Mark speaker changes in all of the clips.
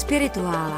Speaker 1: Spirituála.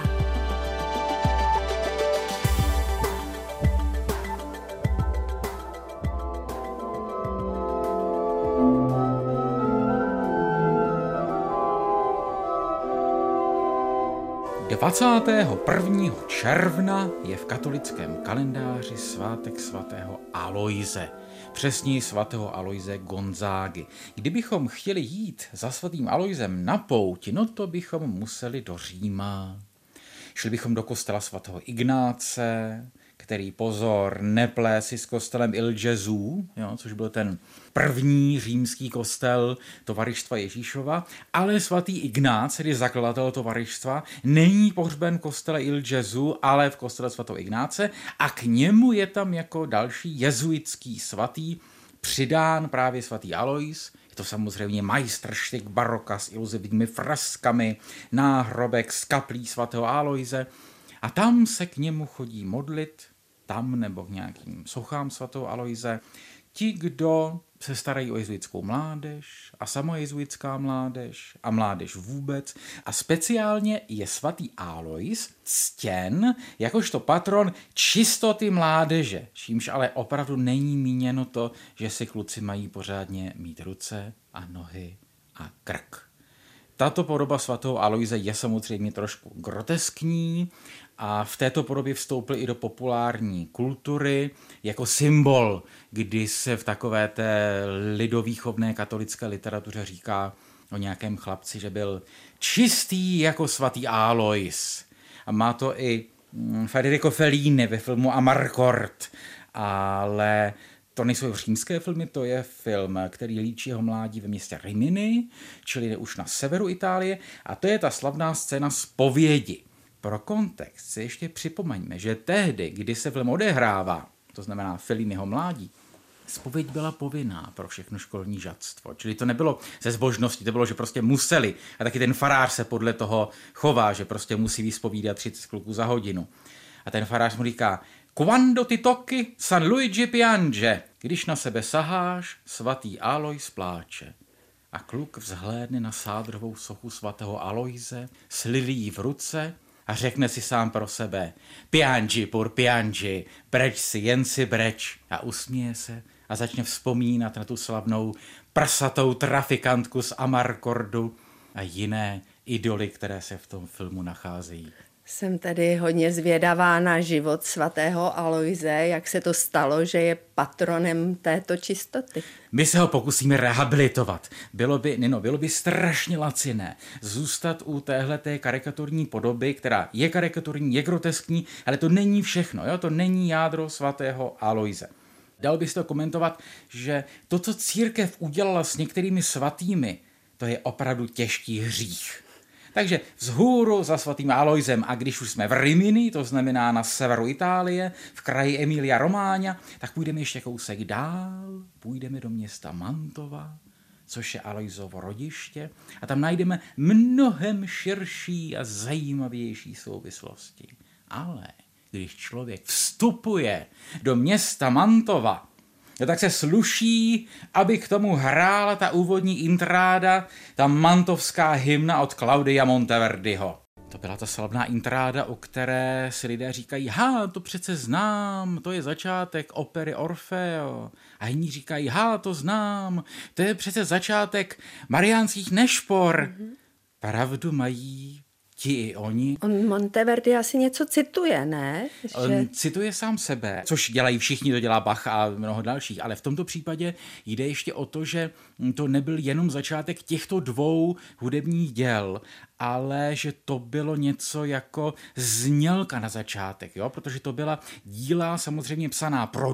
Speaker 2: Dvacátého 1. června je v katolickém kalendáři svátek svatého Aloise, přesněji svatého Aloise Gonzágy. Kdybychom chtěli jít za svatým Aloisem na pouť, no to bychom museli do Říma. Šli bychom do kostela svatého Ignáce, který, pozor, neplé si s kostelem Il Gesù, což byl ten první římský kostel tovarištva Ježíšova, ale svatý Ignác, tedy zakladatel tovarištva, není pohřben v kostele Il Gesù, ale v kostele svatého Ignáce a k němu je tam jako další jezuitský svatý přidán právě svatý Alois. Je to samozřejmě majstrštyk baroka s iluzivními freskami, náhrobek z kaplí svatého Aloise a tam se k němu chodí modlit, tam nebo k nějakým sochám svatého Aloise, ti, kdo se starají o jezuitskou mládež a samojezuitská mládež a mládež vůbec. A speciálně je svatý Alois ctěn jakožto patron čistoty mládeže, čímž ale opravdu není míněno to, že si kluci mají pořádně mít ruce a nohy a krk. Tato podoba svatého Aloise je samozřejmě trošku groteskní a v této podobě vstoupil i do populární kultury jako symbol, kdy se v takové té lidovýchovné katolické literatuře říká o nějakém chlapci, že byl čistý jako svatý Alois. A má to i Federico Fellini ve filmu Amarcord, ale to nejsou římské filmy, to je film, který líčí jeho mládí ve městě Rimini, čili už na severu Itálie, a to je ta slavná scéna zpovědi. Pro kontext si ještě připomeňme, že tehdy, kdy se film odehrává, to znamená Felliniho mládí, zpověď byla povinná pro všechno školní žadstvo. Čili to nebylo ze zbožnosti, to bylo, že prostě museli. A taky ten farář se podle toho chová, že prostě musí vyspovídat 30 kluků za hodinu. A ten farář mu říká: Quando ti tocchi, San Luigi piange. Když na sebe saháš, svatý Alois pláče. A kluk vzhlédne na sádrovou sochu svatého Aloise s lilií v ruce a řekne si sám pro sebe: Piangi pur piangi, breč si, jen si breč. A usměje se a začne vzpomínat na tu slavnou prsatou trafikantku z Amarcordu a jiné idoly, které se v tom filmu nacházejí.
Speaker 3: Jsem tedy hodně zvědavá na život svatého Aloise, jak se to stalo, že je patronem této čistoty.
Speaker 2: My se ho pokusíme rehabilitovat. Bylo by strašně laciné zůstat u téhleté karikaturní podoby, která je karikaturní, je groteskní, ale to není všechno, to není jádro svatého Aloise. Dal bych to komentovat, že to, co církev udělala s některými svatými, to je opravdu těžký hřích. Takže vzhůru za svatým Aloisem, a když už jsme v Rimini, to znamená na severu Itálie, v kraji Emilia Romagna, tak půjdeme ještě kousek dál, půjdeme do města Mantova, což je Aloisovo rodiště, a tam najdeme mnohem širší a zajímavější souvislosti. Ale když člověk vstupuje do města Mantova, tak se sluší, aby k tomu hrála ta úvodní intráda, ta mantovská hymna od Claudia Monteverdiho. To byla ta slavná intráda, o které si lidé říkají: to přece znám, to je začátek opery Orfeo. A jiní říkají: to znám, to je přece začátek mariánských nešpor. Pravdu mají ti i oni.
Speaker 3: On Monteverdi asi něco cituje, ne?
Speaker 2: On cituje sám sebe, což dělají všichni, to dělá Bach a mnoho dalších, ale v tomto případě jde ještě o to, že to nebyl jenom začátek těchto dvou hudebních děl, ale že to bylo něco jako znělka na začátek, protože to byla díla samozřejmě psaná pro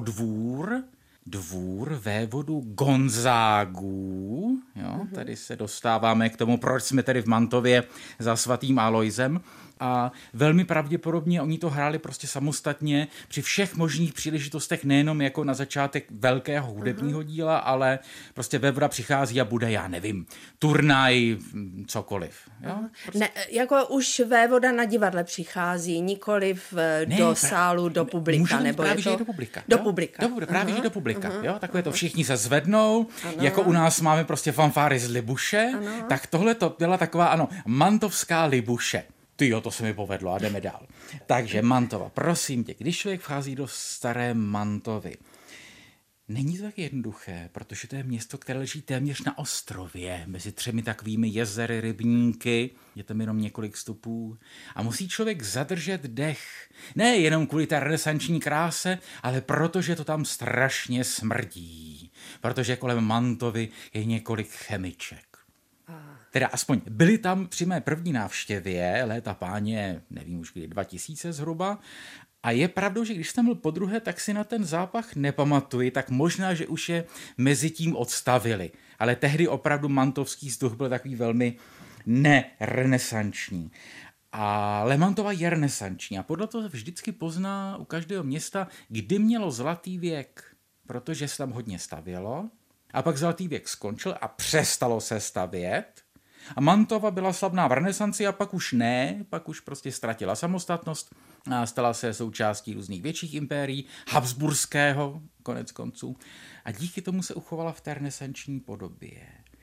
Speaker 2: dvůr vévodu Gonzágů. Tady se dostáváme k tomu, proč jsme tady v Mantově za svatým Aloisem. A velmi pravděpodobně oni to hráli prostě samostatně při všech možných příležitostech, nejenom jako na začátek velkého hudebního díla, ale prostě vévoda přichází a bude, já nevím, turnaj, cokoliv.
Speaker 3: Prostě. Ne, jako už vévoda na divadle přichází, nikoliv do sálu, do publika. Nebo
Speaker 2: právě,
Speaker 3: je to...
Speaker 2: do publika.
Speaker 3: Do publika.
Speaker 2: Právě, že do publika. Takové to všichni se zvednou, jako u nás máme prostě fanfáry z Libuše, tak tohle to byla taková, mantovská Libuše. Tyjo, to se mi povedlo a jdeme dál. Takže Mantova, prosím tě, když člověk vchází do Staré Mantovy, není to tak jednoduché, protože to je město, které leží téměř na ostrově, mezi 3 takovými jezery, rybníky, je tam jenom několik stupů a musí člověk zadržet dech. Ne jenom kvůli té renesanční kráse, ale protože to tam strašně smrdí, protože kolem Mantovy je několik chemiček. Teda aspoň byli tam při mé první návštěvě, léta páně, nevím už kdy, 2000 zhruba, a je pravdou, že když jsem byl podruhé, tak si na ten zápach nepamatuji, tak možná, že už je mezi tím odstavili. Ale tehdy opravdu mantovský vzduch byl takový velmi nerenesanční. Ale Mantova je renesanční a podle toho vždycky pozná u každého města, kdy mělo zlatý věk, protože se tam hodně stavělo a pak zlatý věk skončil a přestalo se stavět. A Mantova byla slavná v renesanci a pak už ne, pak už prostě ztratila samostatnost a stala se součástí různých větších impérií, habsburského konec konců a díky tomu se uchovala v té renesanční podobě.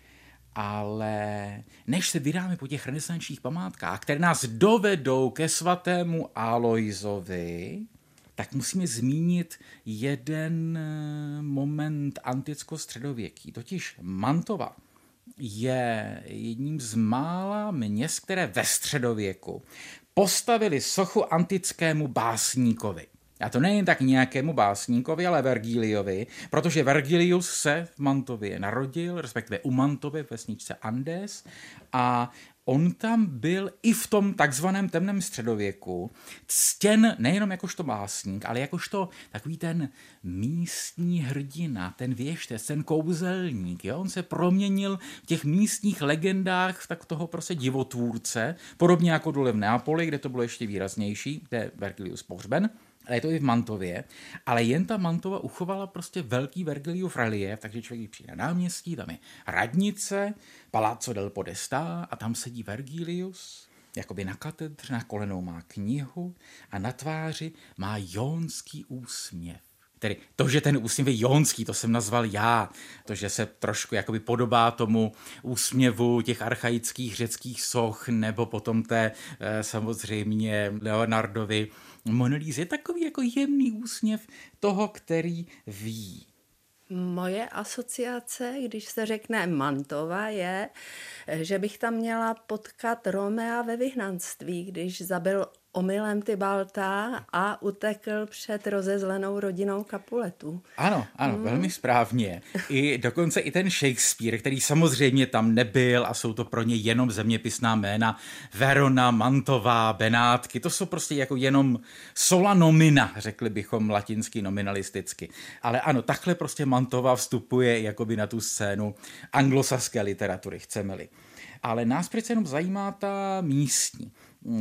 Speaker 2: Ale než se vydáme po těch renesančních památkách, které nás dovedou ke svatému Alojzovi, tak musíme zmínit jeden moment anticko-středověký, totiž Mantova je jedním z mála měst, které ve středověku postavili sochu antickému básníkovi. A to nejen tak nějakému básníkovi, ale Vergiliovi, protože Vergilius se v Mantově narodil, respektive u Mantovy v vesničce Andes a on tam byl i v tom takzvaném temném středověku ctěn nejenom jakožto básník, ale jakožto takový ten místní hrdina, ten věštec, ten kouzelník. Jo? On se proměnil v těch místních legendách v tak toho prostě divotvůrce, podobně jako dole v Neapoli, kde to bylo ještě výraznější, kde je Vergilius pohřben. Ale je to i v Mantově, ale jen ta Mantova uchovala prostě velký Vergiliův reliéf, takže člověk přijde na náměstí, tam je radnice, Palazzo del Podestà a tam sedí Vergilius, jakoby na katedře, na kolenou má knihu a na tváři má jónský úsměv. Tedy to, že ten úsměv je jónský, to jsem nazval já, to, že se trošku jakoby podobá tomu úsměvu těch archaických řeckých soch, nebo potom té samozřejmě Leonardovy Monalízy. Je takový jako jemný úsměv toho, který ví.
Speaker 3: Moje asociace, když se řekne Mantova, je, že bych tam měla potkat Romea ve vyhnanství, když zabil omylem Tybalta a utekl před rozezlenou rodinou Capuletů.
Speaker 2: Ano, velmi správně. Dokonce i ten Shakespeare, který samozřejmě tam nebyl a jsou to pro ně jenom zeměpisná jména, Verona, Mantova, Benátky, to jsou prostě jako jenom sola nomina, řekli bychom latinsky nominalisticky. Ale ano, takhle prostě Mantova vstupuje jakoby na tu scénu anglosaské literatury, chceme-li. Ale nás přece jenom zajímá ta místní,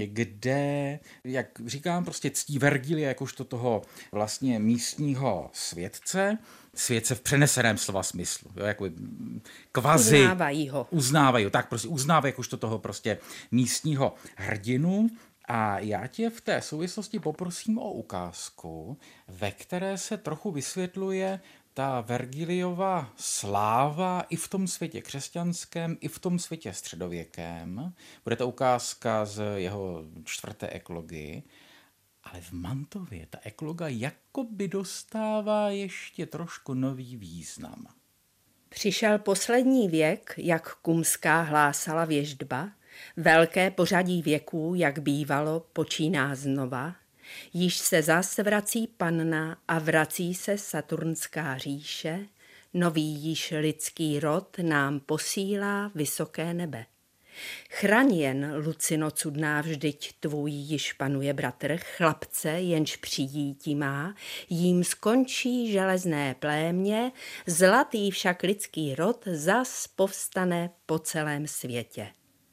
Speaker 2: kde, jak říkám, prostě ctí Vergilia jakožto toho vlastně místního světce v přeneseném slova smyslu. Jo, jako kvazi. Uznávají ho. Tak prostě uznávají jakožto toho prostě místního hrdinu. A já tě v té souvislosti poprosím o ukázku, ve které se trochu vysvětluje ta Vergiliova sláva i v tom světě křesťanském, i v tom světě středověkém. Bude to ukázka z jeho 4. eklogy. Ale v Mantově ta ekloga jakoby dostává ještě trošku nový význam.
Speaker 3: Přišel poslední věk, jak kumská hlásala věštba, velké pořadí věků, jak bývalo, počíná znova, již se zas vrací panna a vrací se saturnská říše, nový již lidský rod nám posílá vysoké nebe. Chraň jen, Lucino cudná, vždyť tvůj již panuje bratr, chlapce, jenž přijítí má, jím skončí železné plémě, zlatý však lidský rod zas povstane po celém světě.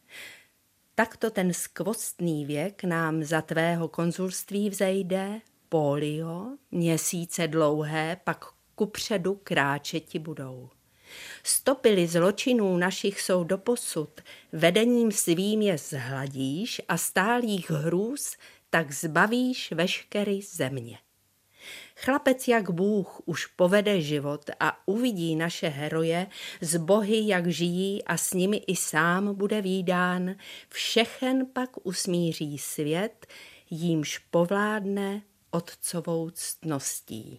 Speaker 3: Takto ten skvostný věk nám za tvého konzulství vzejde, Polio, měsíce dlouhé pak kupředu kráčeti budou. Stopily zločinů našich jsou doposud, vedením svým je zhladíš a stálých hrůz tak zbavíš veškerý země. Chlapec jak Bůh už povede život a uvidí naše heroje z bohy, jak žijí a s nimi i sám bude vídán, všechen pak usmíří svět, jímž povládne otcovou ctností.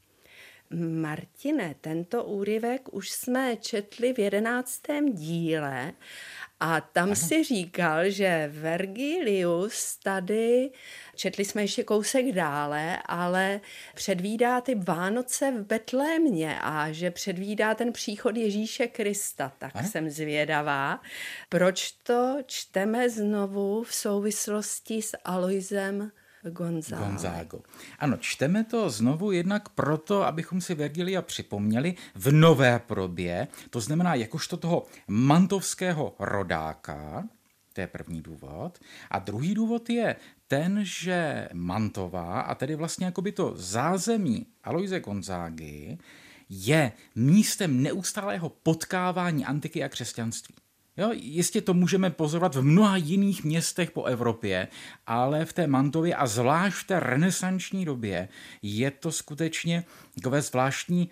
Speaker 3: Martine, tento úryvek už jsme četli v 11. díle a tam si říkal, že Vergilius tady, četli jsme ještě kousek dále, ale předvídá ty Vánoce v Betlémě a že předvídá ten příchod Ježíše Krista. Tak jsem zvědavá, proč to čteme znovu v souvislosti s Aloisem Gonzágou.
Speaker 2: Ano, čteme to znovu jednak proto, abychom si Vergilia připomněli v nové podobě, to znamená jakožto toho mantovského rodáka, to je první důvod. A druhý důvod je ten, že Mantova, a tedy vlastně jakoby to zázemí Aloise Gonzágy, je místem neustálého potkávání antiky a křesťanství. Jo, jistě to můžeme pozorovat v mnoha jiných městech po Evropě, ale v té Mantově a zvlášť v té renesanční době je to skutečně takové zvláštní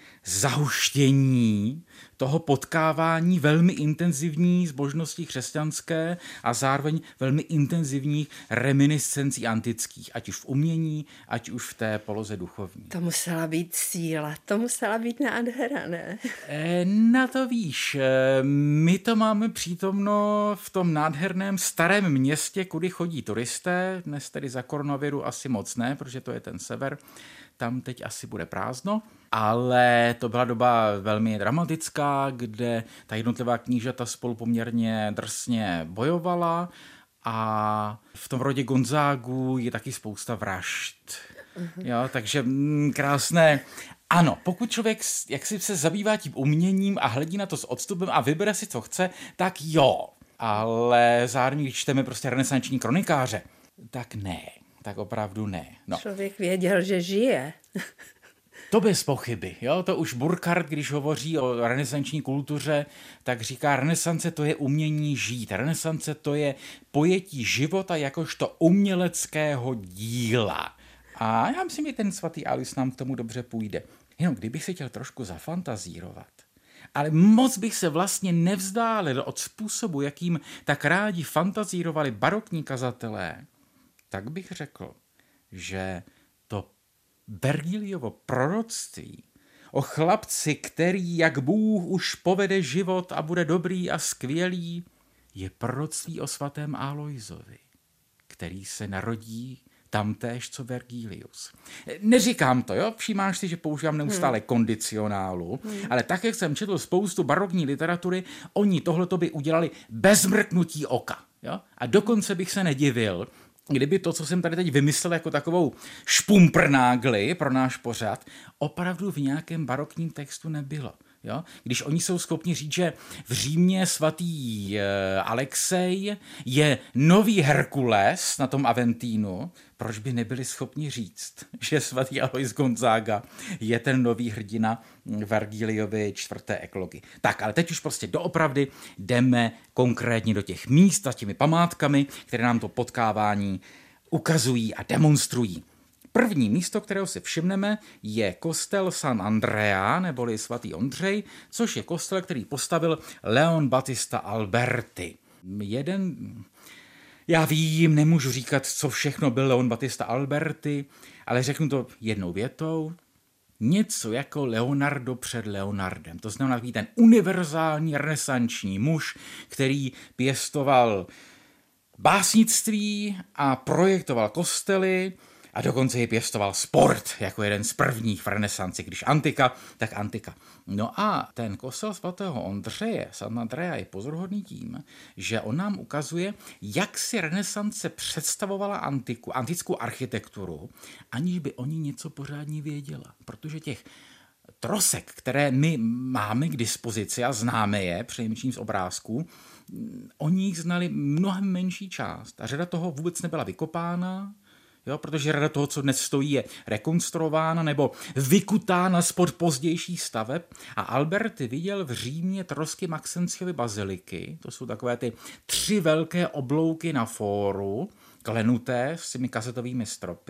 Speaker 2: zahuštění toho potkávání velmi intenzivní zbožností křesťanské a zároveň velmi intenzivních reminiscencí antických, ať už v umění, ať už v té poloze duchovní.
Speaker 3: To musela být síla, to musela být nádhera, ne?
Speaker 2: Na to víš, my to máme přítomno v tom nádherném starém městě, kudy chodí turisté, dnes tedy za koronaviru asi moc ne, protože to je ten sever, tam teď asi bude prázdno, ale to byla doba velmi dramatická, kde ta jednotlivá knížata spolu poměrně drsně bojovala a v tom rodě Gonzágů je taky spousta vražd. Jo, takže krásné. Ano, pokud člověk jaksi se zabývá tím uměním a hledí na to s odstupem a vybere si, co chce, tak jo. Ale zároveň, když čteme prostě renesanční kronikáře, tak ne. Tak opravdu ne. No.
Speaker 3: Člověk věděl, že žije.
Speaker 2: To bez pochyby. Jo? To už Burckhardt, když hovoří o renesanční kultuře, tak říká, renesance to je umění žít. Renesance to je pojetí života jakožto uměleckého díla. A já myslím, že ten svatý Alois nám k tomu dobře půjde. Jenom kdybych se chtěl trošku zafantazírovat, ale moc bych se vlastně nevzdálil od způsobu, jakým tak rádi fantazírovali barokní kazatelé, tak bych řekl, že to Vergiliovo proroctví o chlapci, který jak Bůh už povede život a bude dobrý a skvělý, je proroctví o svatém Aloisovi, který se narodí tamtéž co Vergilius. Neříkám to, jo? Všímáš si, že používám neustále kondicionálu, ale tak, jak jsem četl spoustu barokní literatury, oni tohleto by udělali bez mrknutí oka. Jo? A dokonce bych se nedivil, kdyby to, co jsem tady teď vymyslel jako takovou špumprnágli pro náš pořad, opravdu v nějakém barokním textu nebylo. Jo? Když oni jsou schopni říct, že v Římě svatý Alexej je nový Herkules na tom Aventínu, proč by nebyli schopni říct, že svatý Alois Gonzága je ten nový hrdina Vergiliovy 4. eklogy. Tak, ale teď už prostě doopravdy jdeme konkrétně do těch míst a těmi památkami, které nám to potkávání ukazují a demonstrují. První místo, kterého si všimneme, je kostel San Andrea, neboli svatý Ondřej, což je kostel, který postavil Leon Battista Alberti. Já vím, nemůžu říkat, co všechno byl Leon Battista Alberti, ale řeknu to jednou větou. Něco jako Leonardo před Leonardem. To znamená takový ten univerzální renesanční muž, který pěstoval básnictví a projektoval kostely, a dokonce ji pěstoval sport jako jeden z prvních v renesanci, když antika, tak antika. No a ten kostel svatého Ondřeje, San Andrea, je pozoruhodný tím, že on nám ukazuje, jak si renesance představovala antickou architekturu, aniž by oni něco pořádně věděla. Protože těch trosek, které my máme k dispozici a známe je, přinejmenším z obrázků, oni jich znali mnohem menší část. A řada toho vůbec nebyla vykopána, jo, protože řada toho, co dnes stojí, je rekonstruována nebo vykutána spod pozdějších staveb. A Alberti viděl v Římě trosky Maxenciovy baziliky, to jsou takové ty 3 velké oblouky na fóru, klenuté s těmi kazetovými stropy.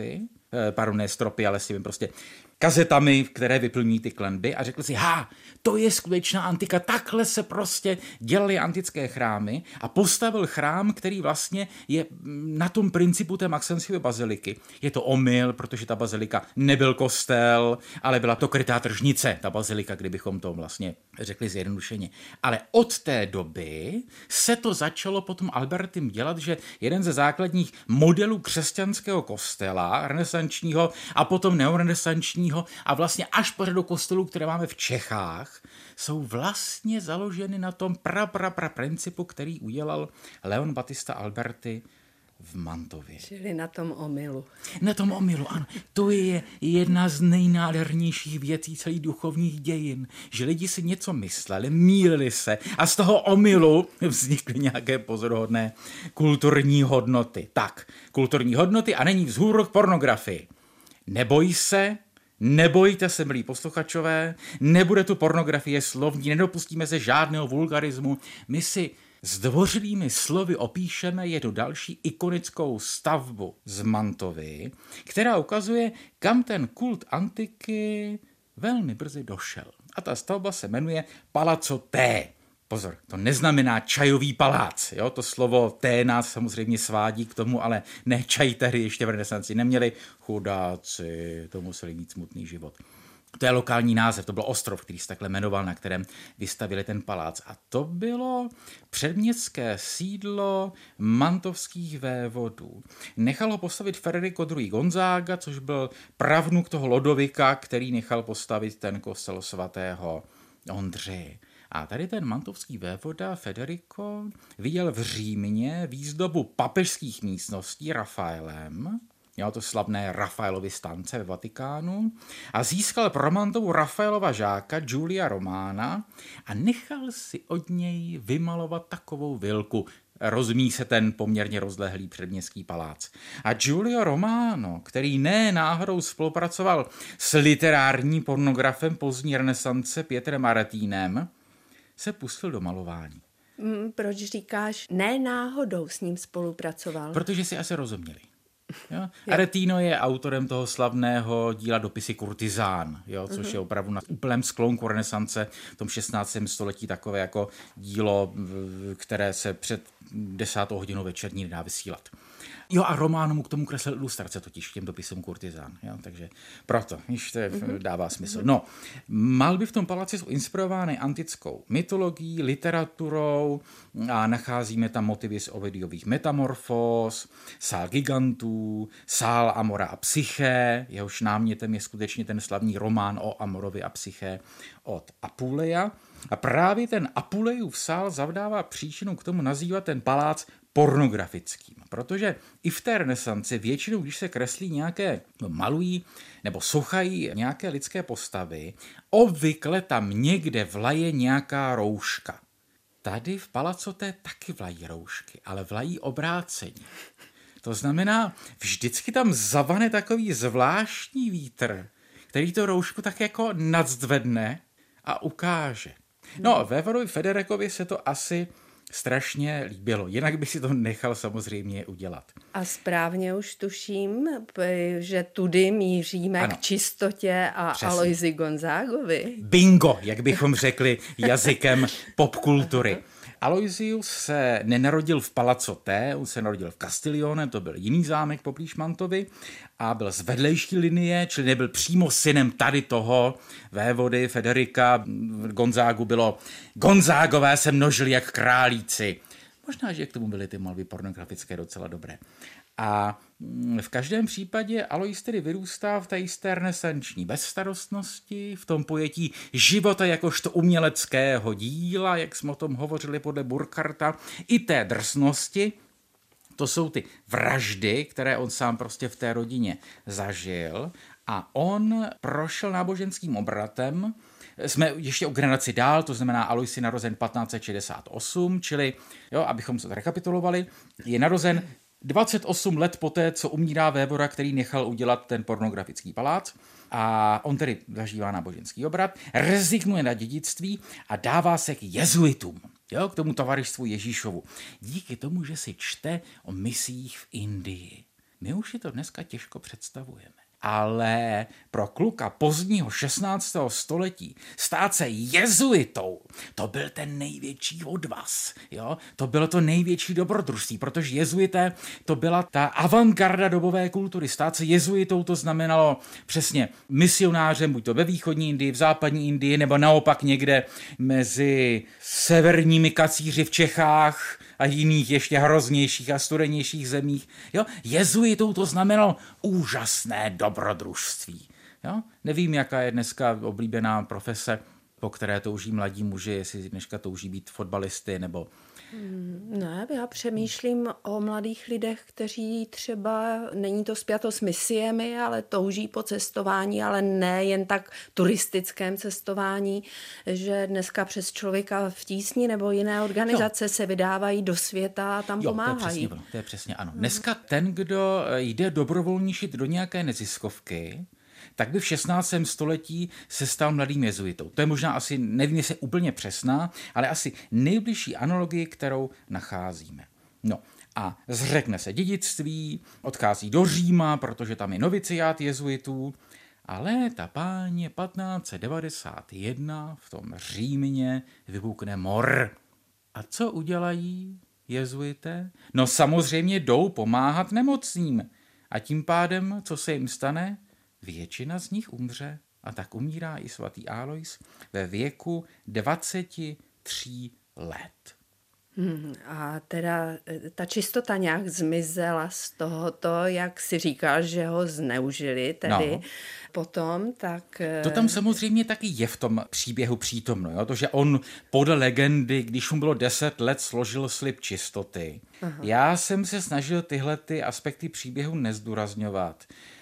Speaker 2: ne stropy, ale s těmi prostě kazetami, které vyplňují ty klenby a řekl si, to je skutečná antika, takhle se prostě dělaly antické chrámy a postavil chrám, který vlastně je na tom principu té Maxencijovy baziliky. Je to omyl, protože ta bazilika nebyl kostel, ale byla to krytá tržnice, ta bazilika, kdybychom to vlastně řekli zjednodušeně. Ale od té doby se to začalo potom Albertim dělat, že jeden ze základních modelů křesťanského kostela, renesančního a potom neorenesančního a vlastně až po řadu kostelů, které máme v Čechách, jsou vlastně založeny na tom principu, který udělal Leon Battista Alberti v Mantově.
Speaker 3: Čili na tom omylu.
Speaker 2: Na tom omylu, ano. To je jedna z nejnádhernějších věcí celých duchovních dějin, že lidi si něco mysleli, mýlili se a z toho omylu vznikly nějaké pozoruhodné kulturní hodnoty. Tak, kulturní hodnoty a není vzhůru k pornografii. Nebojte se, milí posluchačové, nebude tu pornografie slovní, nedopustíme se žádného vulgarismu. My si zdvořilými slovy opíšeme jednu další ikonickou stavbu z Mantovy, která ukazuje, kam ten kult antiky velmi brzy došel. A ta stavba se jmenuje Palazzo T. Pozor, to neznamená čajový palác. Jo? To slovo T nás samozřejmě svádí k tomu, ale ne, čaj tehdy ještě v renesanci neměli. Chudáci, to museli mít smutný život. To je lokální název, to byl ostrov, který se takhle jmenoval, na kterém vystavili ten palác. A to bylo předměstské sídlo mantovských vévodů. Nechal ho postavit Federico II. Gonzaga, což byl pravnuk toho Lodovika, který nechal postavit ten kostel svatého Ondřeje. A tady ten mantovský vévoda Federico viděl v Římě výzdobu papežských místností Rafaelem, měl to slavné Rafaelovy stance ve Vatikánu a získal pro Mantovu Rafaelova žáka Giulia Romana a nechal si od něj vymalovat takovou vilku. Rozumí se ten poměrně rozlehlý předměstský palác. A Giulio Romano, který ne náhodou spolupracoval s literárním pornografem pozdní renesance Pietrem Aretinem, se pustil do malování.
Speaker 3: Proč říkáš, ne náhodou s ním spolupracoval?
Speaker 2: Protože si asi rozuměli. Jo? Aretino je autorem toho slavného díla Dopisy kurtizán, jo? Což je opravdu na úplném sklonku renesance v tom 16. století takové jako dílo, které se před 10. hodinou večerní nedá vysílat. Jo, a Romano mu k tomu kreslil ilustrace totiž k těm dopisům kurtizán. Jo? Takže proto, již to dává smysl. No, malby v tom paláci jsou inspirovány antickou mytologií, literaturou a nacházíme tam motivy z Ovidiových metamorfóz, sál gigantů, sál Amora a Psyché, jehož námětem je skutečně ten slavný román o Amorovi a Psyché od Apuleia. A právě ten Apulejův sál zavdává příčinu k tomu nazývat ten palác pornografickým, protože i v té renesanci většinou, když se kreslí nějaké, malují nebo sochají nějaké lidské postavy, obvykle tam někde vlaje nějaká rouška. Tady v Palazzo T taky vlají roušky, ale vlají obrácení. To znamená, vždycky tam zavane takový zvláštní vítr, který to roušku tak jako nadzvedne a ukáže. No, vévodovi Federicovi se to asi strašně líbilo, jinak by si to nechal samozřejmě udělat.
Speaker 3: A správně už tuším, že tudy míříme k čistotě a Aloisi Gonzagovi.
Speaker 2: Bingo, jak bychom řekli jazykem popkultury. Aloisius se nenarodil v Palazzo T, on se narodil v Castiglione, to byl jiný zámek poblíž Mantovy a byl z vedlejší linie, čili nebyl přímo synem tady toho vévody Federica. Gonzagu bylo, Gonzagové se množili jak králíci. Možná, že k tomu byly ty malby pornografické docela dobré. A v každém případě Alois tedy vyrůstá v té jisté renesanční bezstarostnosti, v tom pojetí života jakožto uměleckého díla, jak jsme o tom hovořili podle Burkharta, i té drsnosti. To jsou ty vraždy, které on sám prostě v té rodině zažil a on prošel náboženským obratem. Jsme ještě o generaci dál, to znamená Alois je narozen 1568, čili, jo, abychom se rekapitulovali, je narozen 28 let poté, co umírá vévoda, který nechal udělat ten pornografický palác a on tedy zažívá náboženský obrat, rezignuje na dědictví a dává se k jezuitům, jo, k tomu tovarištvu Ježíšovu. Díky tomu, že si čte o misiích v Indii. My už si to dneska těžko představujeme. Ale pro kluka pozdního 16. století stát se jezuitou, to byl ten největší odvaz. Jo? To bylo to největší dobrodružství, protože jezuité, to byla ta avantgarda dobové kultury. Stát se jezuitou to znamenalo přesně misionářem, buď to ve východní Indii, v západní Indii, nebo naopak někde mezi severními kacíři v Čechách a jiných ještě hroznějších a studenějších zemích. Jo? Jezuitou to znamenalo úžasné dobrodružství. Jo? Nevím, jaká je dneska oblíbená profese, po které touží mladí muži, jestli dneska touží být fotbalisty nebo...
Speaker 3: Ne, já přemýšlím o mladých lidech, kteří třeba, není to spjato s misiemi, ale touží po cestování, ale ne jen tak turistickém cestování, že dneska přes Člověka v tísni nebo jiné organizace se vydávají do světa a tam pomáhají.
Speaker 2: To je přesně ano. Dneska ten, kdo jde dobrovolníšit do nějaké neziskovky, tak by v 16. století se stal mladým jezuitou. To je možná asi, nevím, jestli je úplně přesná, ale asi nejbližší analogii, kterou nacházíme. No a zřekne se dědictví, odchází do Říma, protože tam je noviciát jezuitů, a léta páně 1591 v tom Římě vypukne mor. A co udělají jezuité? No samozřejmě jdou pomáhat nemocným. A tím pádem, co se jim stane? Většina z nich umře a tak umírá i svatý Alois ve věku 23 let.
Speaker 3: A teda ta čistota nějak zmizela z tohoto, jak si říkal, že ho zneužili tedy potom, tak...
Speaker 2: To tam samozřejmě taky je v tom příběhu přítomno, jo? To, že on podle legendy, když mu bylo 10 let, složil slib čistoty. Aha. Já jsem se snažil tyhle ty aspekty příběhu nezdůrazňovat,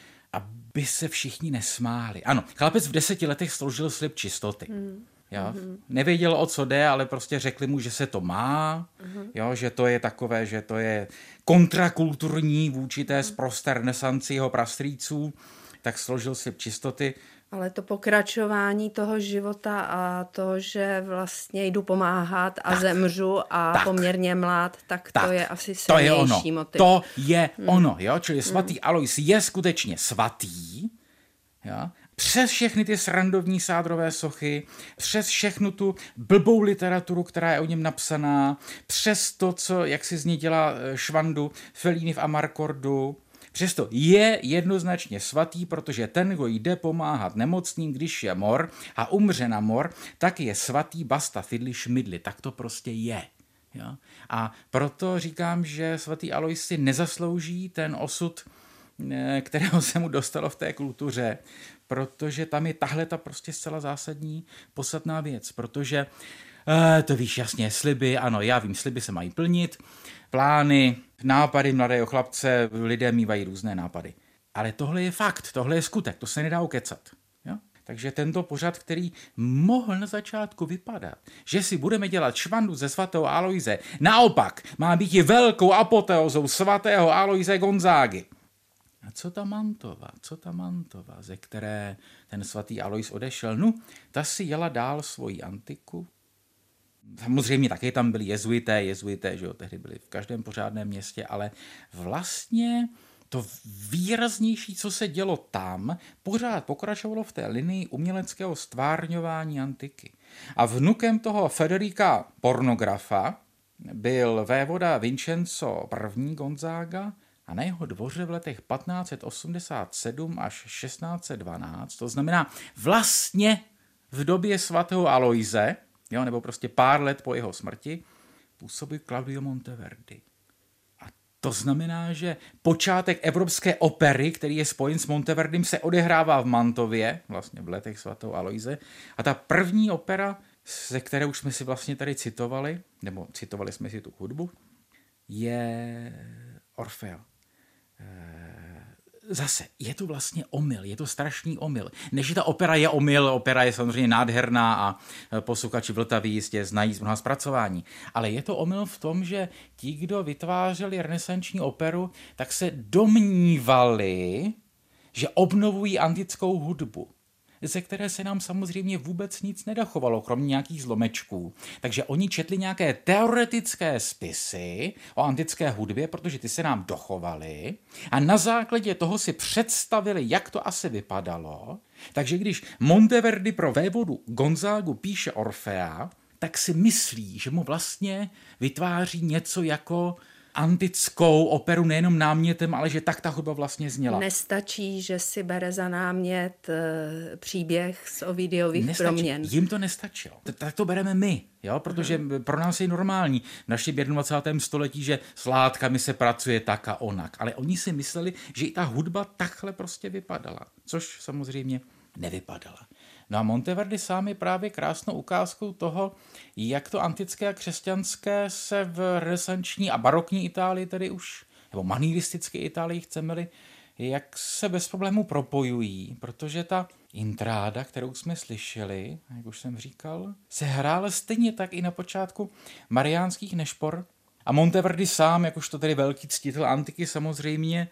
Speaker 2: aby se všichni nesmáli. Ano, chlapec v 10 letech složil slib čistoty. Jo? Nevěděl, o co jde, ale prostě řekli mu, že se to má, jo? Že to je takové, že to je kontrakulturní vůči té sprosté renesanci jeho prastrýců, tak složil slib čistoty.
Speaker 3: Ale to pokračování toho života a to, že vlastně jdu pomáhat a zemřu a poměrně mlád, tak to je asi silnější motiv.
Speaker 2: To je ono, jo? Čili svatý Alois je skutečně svatý, jo? Přes všechny ty srandovní sádrové sochy, přes všechnu tu blbou literaturu, která je o něm napsaná, přes to, co, jak si z ní dělá švandu Fellini v Amarkordu, přesto je jednoznačně svatý, protože ten, kdo jde pomáhat nemocným, když je mor a umře na mor, tak je svatý basta fidli šmidli. Tak to prostě je. Jo? A proto říkám, že svatý Alois si nezaslouží ten osud, kterého se mu dostalo v té kultuře, protože tam je tahle ta prostě zcela zásadní podstatná věc, protože to víš jasně, sliby, ano, já vím, sliby se mají plnit, plány, nápady mladého chlapce, lidé mývají různé nápady. Ale tohle je fakt, tohle je skutek, to se nedá ukecat. Jo? Takže tento pořad, který mohl na začátku vypadat, že si budeme dělat švandu ze svatého Aloise, naopak má být i velkou apoteózou svatého Aloise Gonzágy. A co ta Mantova, ze které ten svatý Alois odešel? No, ta si jela dál svoji antiku. Samozřejmě taky tam byli jezuité, že jo, tehdy byli v každém pořádném městě, ale vlastně to výraznější, co se dělo tam, pořád pokračovalo v té linii uměleckého stvárňování antiky. A vnukem toho Federika Pornografa byl vévoda Vincenzo I. Gonzaga, a na jeho dvoře v letech 1587 až 1612, to znamená vlastně v době svatého Aloise, jo, nebo prostě pár let po jeho smrti, působil Claudio Monteverdi. A to znamená, že počátek evropské opery, který je spojen s Monteverdim, se odehrává v Mantově, vlastně v letech svatého Aloise. A ta první opera, ze které už jsme si vlastně tady citovali, nebo citovali jsme si tu hudbu, je Orfeo. Zase, je to vlastně omyl, je to strašný omyl. Než ta opera je omyl, opera je samozřejmě nádherná a posluchači Vltaví jistě znají z mnoha zpracování. Ale je to omyl v tom, že ti, kdo vytvářeli renesanční operu, tak se domnívali, že obnovují antickou hudbu. ze které se nám samozřejmě vůbec nic nedochovalo, kromě nějakých zlomečků. Takže oni četli nějaké teoretické spisy o antické hudbě, protože ty se nám dochovaly a na základě toho si představili, jak to asi vypadalo. Takže když Monteverdi pro vévodu Gonzágu píše Orfea, tak si myslí, že mu vlastně vytváří něco jako antickou operu nejenom námětem, ale že tak ta hudba vlastně zněla.
Speaker 3: Nestačí, že si bere za námět příběh z Ovidiových proměn.
Speaker 2: Jim to nestačilo. Tak to bereme my, jo? Protože pro nás je normální v našem 21. století, že s látkami se pracuje tak a onak. Ale oni si mysleli, že i ta hudba takhle prostě vypadala, což samozřejmě nevypadala. No a Monteverdi sám je právě krásnou ukázkou toho, jak to antické a křesťanské se v renesanční a barokní Itálii tedy už, nebo manieristické Itálii chceme-li, jak se bez problémů propojují, protože ta intráda, kterou jsme slyšeli, jak už jsem říkal, se hrála stejně tak i na počátku mariánských nešpor. A Monteverdi sám, jakožto tedy velký ctitel antiky samozřejmě,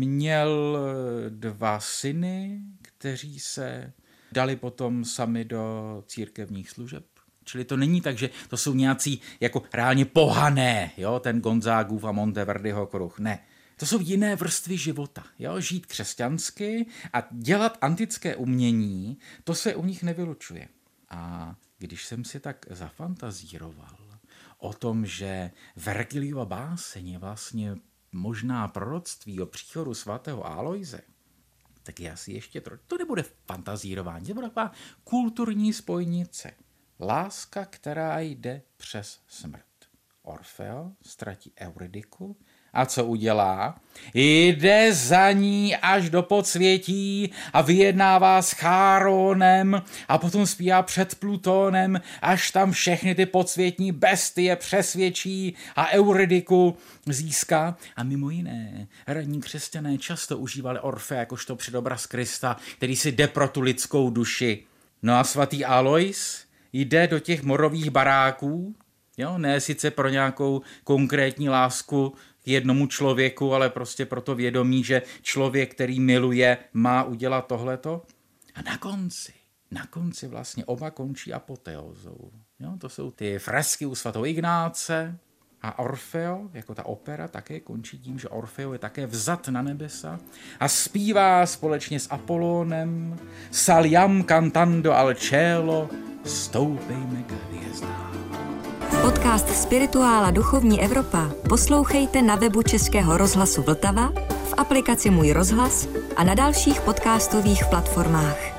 Speaker 2: měl 2 syny, kteří se dali potom sami do církevních služeb. Čili to není tak, že to jsou nějací jako reálně pohané, jo, ten Gonzágův a Monteverdiho kruh. Ne, to jsou jiné vrstvy života. Jo? Žít křesťansky a dělat antické umění, to se u nich nevylučuje. A když jsem si tak zafantazíroval o tom, že Vergiliova báseň je vlastně možná proroctví o příchodu svatého Alojze, tak já si ještě to nebude fantazírování, to bude taková kulturní spojnice. Láska, která jde přes smrt. Orfeo ztratí Euridiku a co udělá? Jde za ní až do podsvětí a vyjednává s Cháronem a potom zpívá před Plutónem, až tam všechny ty podsvětní bestie přesvědčí a Euridiku získá. A mimo jiné, ranní křesťané často užívali Orfea jakožto předobraz Krista, který si jde pro tu lidskou duši. No a svatý Alois jde do těch morových baráků, jo, ne sice pro nějakou konkrétní lásku k jednomu člověku, ale prostě pro to vědomí, že člověk, který miluje, má udělat tohleto. A na konci vlastně oba končí apoteózou. Jo, to jsou ty fresky u svatého Ignáce a Orfeo, jako ta opera, také končí tím, že Orfeo je také vzat na nebesa a zpívá společně s Apolónem Saliam cantando al cielo, stoupejme k hvězdám.
Speaker 1: Podcast Spirituála Duchovní Evropa poslouchejte na webu Českého rozhlasu Vltava, v aplikaci Můj rozhlas a na dalších podcastových platformách.